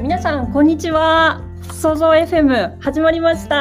皆さんこんにちは。創造 FM 始まりました。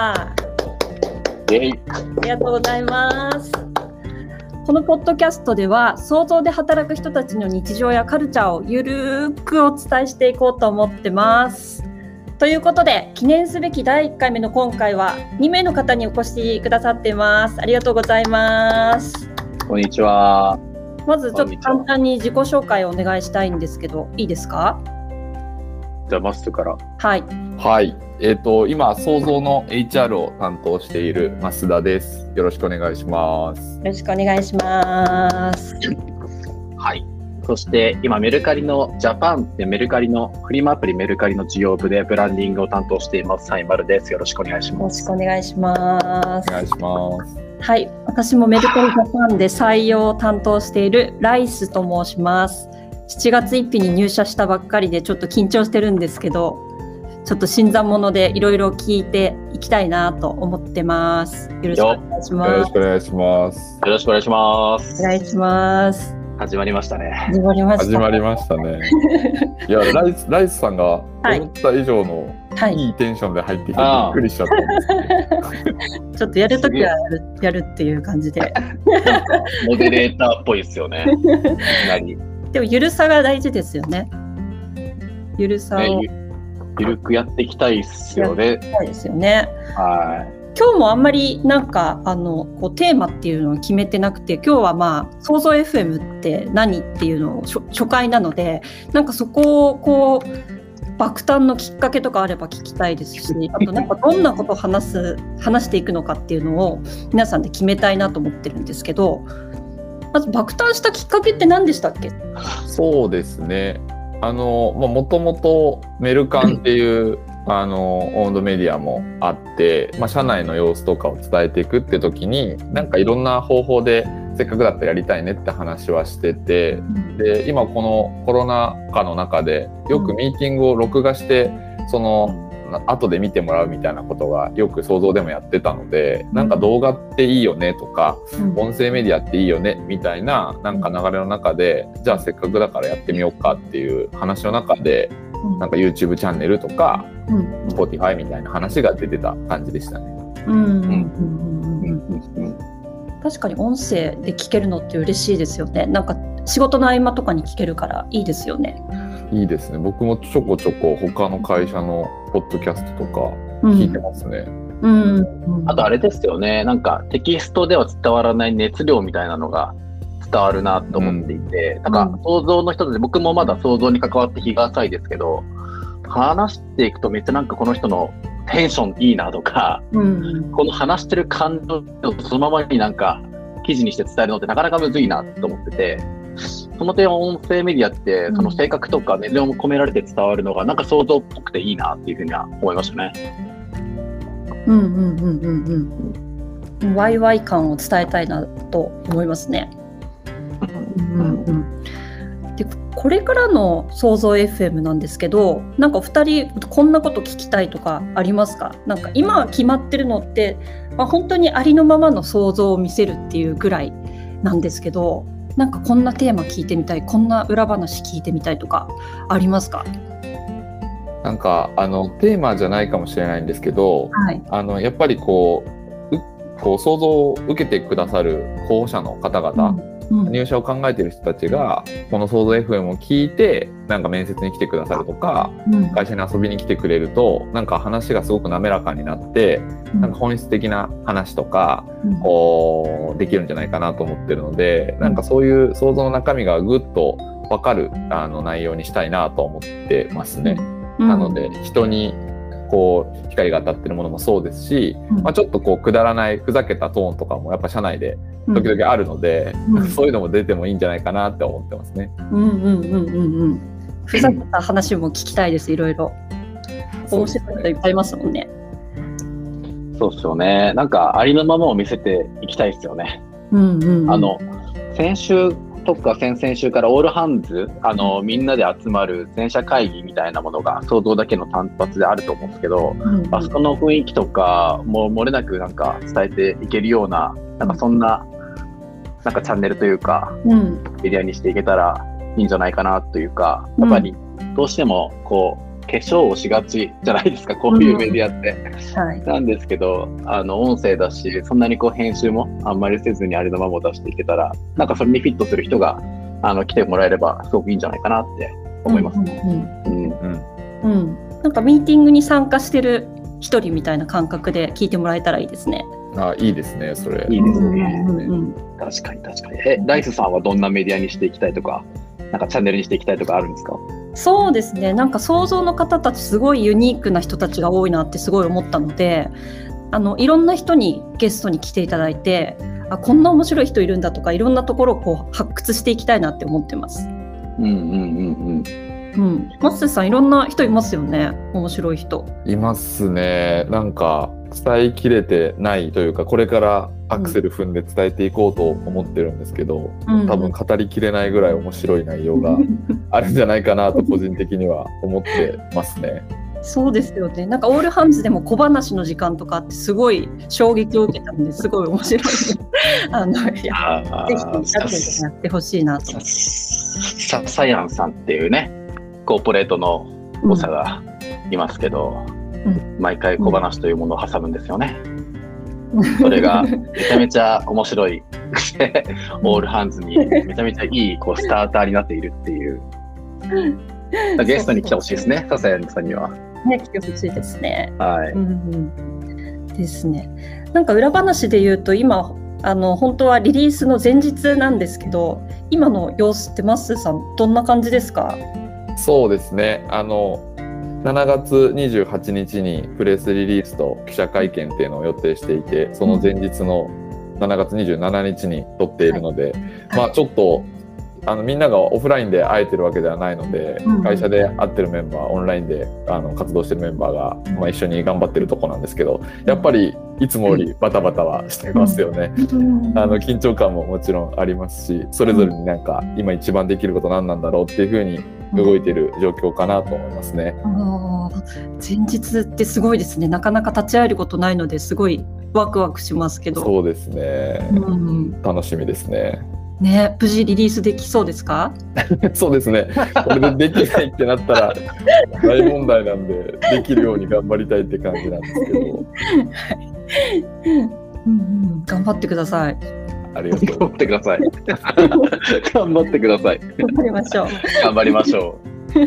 ありがとうございます。このポッドキャストでは創造で働く人たちの日常やカルチャーをゆるーくお伝えしていこうと思ってます。ということで記念すべき第1回目の今回は2名の方にお越しくださっています。ありがとうございます。 こんにちは。 まずちょっと簡単に自己紹介をお願いしたいんですけどいいですか？ じゃあマスから。 はい。 はい。今創造の HR を担当している増田です。よろしくお願いします。 よろしくお願いします。 はい。そして今メルカリのジャパンってメルカリのフリマアプリメルカリの事業部でブランディングを担当していますサイマルです。よろしくお願いします。 よろしくお願いします。 お願いします。 はい。私もメルカリジャパンで採用を担当しているライスと申します。7月1日に入社したばっかりでちょっと緊張してるんですけど、ちょっと新参者でいろいろ聞いていきたいなと思ってます。よろしくお願いします。 よろしくお願いします。 よろしくお願いします。 お願いします。 始まりましたね。 始まりましたね。いやライスさんが思った以上のいいテンションで入ってきてびっくりしちゃったんですけど、 ちょっとやるときはやるっていう感じでモデレーターっぽいですよね。 でもゆるさが大事ですよね。ゆるさをゆるくやっていきたいですよね。 そうですよね。 はい。 今日もあんまりなんかこうテーマっていうのを決めてなくて、今日は創造 FM って何っていうのを初回なので、なんかそこをこう爆誕のきっかけとかあれば聞きたいですし、あとなんかどんなことを話していくのかっていうのを皆さんで決めたいなと思ってるんですけど、まず爆誕したきっかけって何でしたっけ？ そうですね。もともとメルカンっていうオウンドメディアもあって、社内の様子とかを伝えていくって時になんかいろんな方法でせっかくだったらやりたいねって話はしてて、で今このコロナ禍の中でよくミーティングを録画してその後で見てもらうみたいなことがよく想像でもやってたので、なんか動画っていいよねとか、音声メディアっていいよねみたいななんか流れの中で、じゃあせっかくだからやってみようかっていう話の中で、なんか YouTube チャンネルとか、Spotify みたいな話が出てた感じでしたね。 確かに音声で聞けるのって嬉しいですよね。なんか仕事の合間とかに聞けるからいいですよね。 いいですね。僕もちょこちょこ他の会社のポッドキャストとか聞いてますね。 あとあれですよね。なんかテキストでは伝わらない熱量みたいなのが伝わるなと思っていて、なんか創造の人で僕もまだ創造に関わって日が浅いですけど、話していくとめっちゃなんかこの人のテンションいいなとか、この話してる感情をそのままになんか記事にして伝えるのってなかなかむずいなと思ってて、その点音声メディアってその性格とか熱量も込められて伝わるのがなんか想像っぽくていいなっていうふうには思いましたね。 ワイワイ感を伝えたいなと思いますね。でこれからの創造 FM なんですけど、なんか2人こんなこと聞きたいとかありますか？なんか今決まってるのって、本当にありのままの創造を見せるっていうぐらいなんですけど、なんかこんなテーマ聞いてみたい、こんな裏話聞いてみたいとかありますか？ なんかテーマじゃないかもしれないんですけど、やっぱりこう想像を受けてくださる候補者の方々、入社を考えている人たちがこの創造 FM を聞いてなんか面接に来てくださるとか、会社に遊びに来てくれるとなんか話がすごく滑らかになって、なんか本質的な話とか、できるんじゃないかなと思ってるので、なんかそういう想像の中身がぐっと分かる内容にしたいなと思ってますね。なので人にこう光が当たってるものもそうですし、ちょっとこうくだらないふざけたトーンとかもやっぱ社内で時々あるので、そういうのも出てもいいんじゃないかなって思ってますね。 ふざけた話も聞きたいです。いろいろ面白い人いっぱいいますもんね。 そうですよね。なんかありのままを見せていきたいですよね。先週とか先々週からオールハンズみんなで集まる全社会議みたいなものが想像だけの単発であると思うんですけど、あそこの雰囲気とかも漏れなくなんか伝えていけるような、なんかそんななんかチャンネルというか、メディアにしていけたらいいんじゃないかなというか、やっぱりどうしてもこ粧をしがちじゃないですか、こういうメディアって。はい、なんですけど、音声だし、そんなにこう編集もあんまりせずにありのままを出していけたら、なんかそれにフィットする人が来てもらえればすごくいいんじゃないかなって思います。 なんかミーティングに参加してる一人みたいな感覚で聞いてもらえたらいいですね。 いいですね、それ。 いいですね。確かに確かに。ライスさんはどんなメディアにしていきたいとか、なんかチャンネルにしていきたいとかあるんですか？ そうですね。なんか創造の方たちすごいユニークな人たちが多いなってすごい思ったので、いろんな人にゲストに来ていただいて、こんな面白い人いるんだとか、いろんなところをこう発掘していきたいなって思ってます。マッスーさん、いろんな人いますよね。面白い人いますね。なんか伝えきれてないというか、これからアクセル踏んで伝えていこうと思ってるんですけど、多分語りきれないぐらい面白い内容があるんじゃないかなと個人的には思ってますね。 そうですよね。なんかオールハンズでも小話の時間とかあってすごい衝撃を受けたのですごい面白いぜひやってほしいなと。 サヤンさんっていうね、コーポレートの猛者がいますけど、毎回小話というものを挟むんですよね。それがめちゃめちゃ面白いオールハンズにめちゃめちゃいいこうスターターになっているっていう。ゲストに来てほしいですね、サヤンさんには。 ね、来てほしいですね。 はい。 ですね。なんか裏話で言うと、今本当はリリースの前日なんですけど、今の様子ってマッスーさんどんな感じですか？ そうですね。7月28日にプレスリリースと記者会見っていうのを予定していて、その前日の7月27日に撮っているので、まあちょっとみんながオフラインで会えてるわけではないので、会社で会ってるメンバー、オンラインで活動してるメンバーが、一緒に頑張ってるとこなんですけど、やっぱりいつもよりバタバタはしてますよね。緊張感ももちろんありますし、それぞれになんか今一番できること何なんだろうっていうふうに動いてる状況かなと思いますね。 前日ってすごいですね。なかなか立ち会えることないのですごいワクワクしますけど。 そうですね。楽しみですね。 ね、無事リリースできそうですか？ そうですね。これでできないってなったら大問題なんで、できるように頑張りたいって感じなんですけど。 頑張ってください。 ありがとう。 頑張ってください。頑張ってください。 頑張りましょう。 頑張りましょ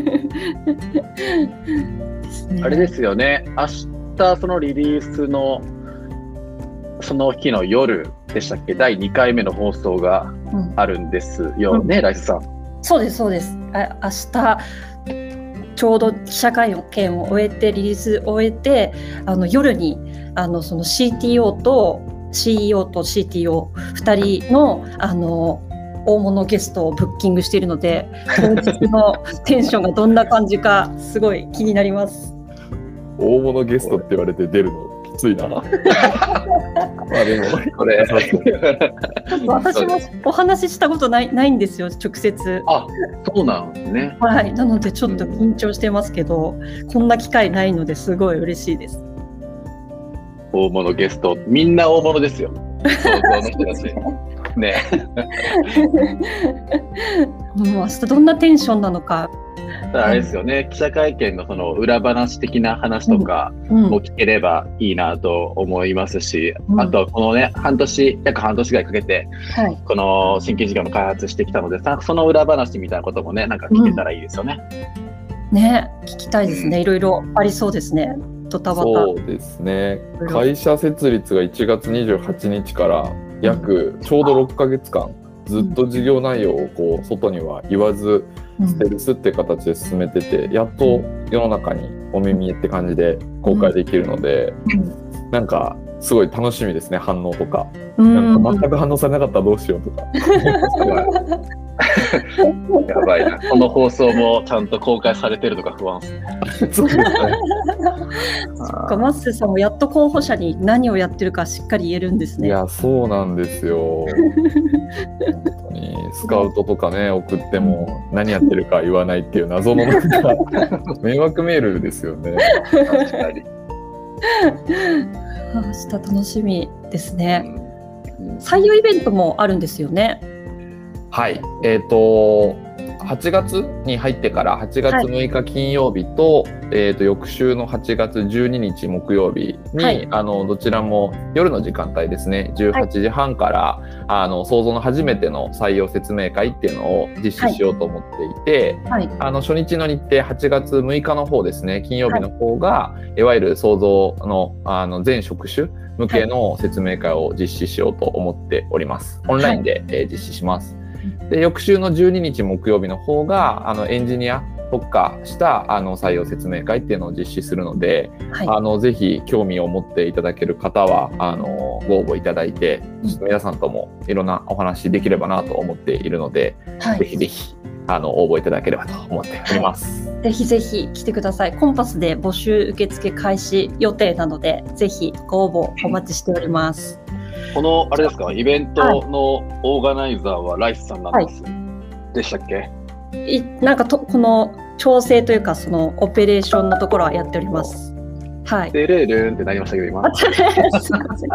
う。あれですよね。明日そのリリースのその日の夜でしたっけ、第2回目の放送があるんですよね、ライスさん。 そうですそうです。明日ちょうど記者会見を終えてリリースを終えて、夜にその CTO と CEO と CTO2 人の大物ゲストをブッキングしているので、当日のテンションがどんな感じかすごい気になります。 大物ゲストって言われて出るのきついな。まあでもこれ私もお話ししたことないんですよ、直接。 あ、そうなんですね。 はい、なのでちょっと緊張してますけど、こんな機会ないのですごい嬉しいです。 大物ゲスト、みんな大物ですよ。想像の人たち。ね。 もう明日どんなテンションなのか。 あれですよね、記者会見のその裏話的な話とかも聞ければいいなと思いますし、あとはこのね、約半年ぐらいかけて、この新規事業の開発してきたので、その裏話みたいなこともね、なんか聞けたらいいですよね。 ね、聞きたいですね。いろいろありそうですね。ドタバタ。 そうですね。会社設立が1月28日から約ちょうど6ヶ月間、ずっと事業内容をこう外には言わずステルスって形で進めてて、やっと世の中にお耳って感じで公開できるので、なんかすごい楽しみですね。反応とか、なんか全く反応されなかったらどうしようとか。 やばいな。この放送もちゃんと公開されてるのか不安ですね。 そうですね。 マッスーさんもやっと候補者に何をやってるかしっかり言えるんですね。 いや、そうなんですよ。本当にスカウトとかね送っても何やってるか言わないっていう謎のなんか迷惑メールですよね。確かに。 明日楽しみですね。採用イベントもあるんですよね。 はい。 8月に入ってから8月6日金曜日と、翌週の8月12日木曜日に、どちらも夜の時間帯ですね、18時半から、創造の初めての採用説明会っていうのを実施しようと思っていて、初日の日程8月6日の方ですね、金曜日の方が、いわゆる創造の、全職種向けの説明会を実施しようと思っております。オンラインで、実施します。で、翌週の12日木曜日の方がエンジニア特化した採用説明会っていうのを実施するので、ぜひ興味を持っていただける方はご応募いただいて、ちょっと皆さんともいろんなお話できればなと思っているので、ぜひぜひ応募いただければと思っております。 ぜひぜひ来てください。コンパスで募集受付開始予定なので、ぜひご応募お待ちしております。 このあれですか、イベントのオーガナイザーはライスさんなんです、でしたっけ？ なんかこの調整というか、そのオペレーションのところはやっております。 デレルンってなりましたけど、今。 すいませ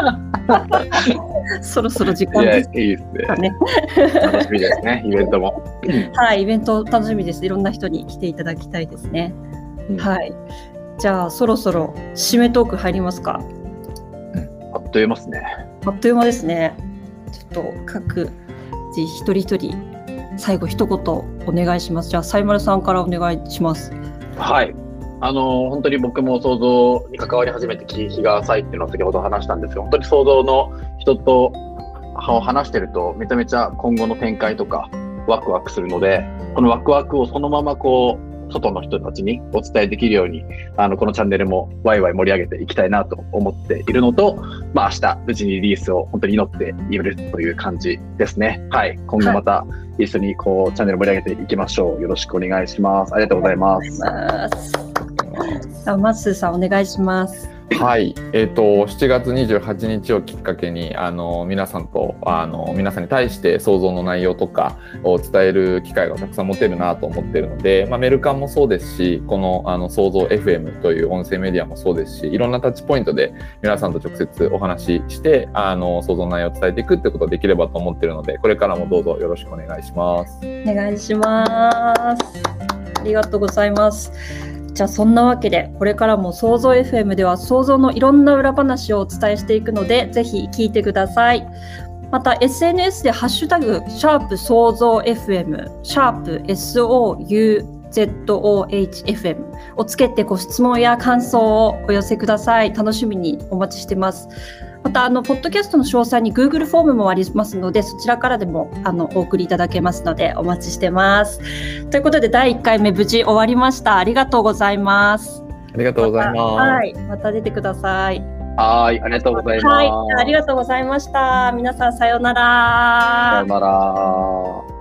ん。そろそろ時間ですかね。 いいですね。楽しみですね、イベントも。 イベント楽しみです。いろんな人に来ていただきたいですね。じゃあ、そろそろ締めトーク入りますか。 あっという間ですね。 あっという間ですね。ちょっと各自一人一人最後一言お願いします。じゃあ、サイマルさんからお願いします。 本当に僕も創造に関わり始めて日が浅いっていうのを先ほど話したんですが、本当に創造の人と話してるとめちゃめちゃ今後の展開とかワクワクするので、このワクワクをそのまま外の人たちにお伝えできるように、このチャンネルもワイワイ盛り上げていきたいなと思っているのと、明日無事にリリースを本当に祈っているという感じですね。今後また一緒にチャンネル盛り上げていきましょう。よろしくお願いします。ありがとうございます。 マッスーさんお願いします。 7月28日をきっかけに皆さんに対して創造の内容とかを伝える機会がたくさん持てるなと思っているので、メルカンもそうですし、この創造 FM という音声メディアもそうですし、いろんなタッチポイントで皆さんと直接お話しして創造の内容を伝えていくってことができればと思っているので、これからもどうぞよろしくお願いします。 お願いします。ありがとうございます。じゃあそんなわけで、これからも創造 FM では創造のいろんな裏話をお伝えしていくので、ぜひ聞いてください。また SNS でハッシュタグ創造 FM SOUZOHFM をつけてご質問や感想をお寄せください。楽しみにお待ちしてます。またポッドキャストの詳細に Google フォームもありますので、そちらからでもお送りいただけますのでお待ちしてます。ということで第1回目無事終わりました。ありがとうございます。 ありがとうございます。 また出てください。 ありがとうございます。 ありがとうございました。皆さんさようなら。 さようなら。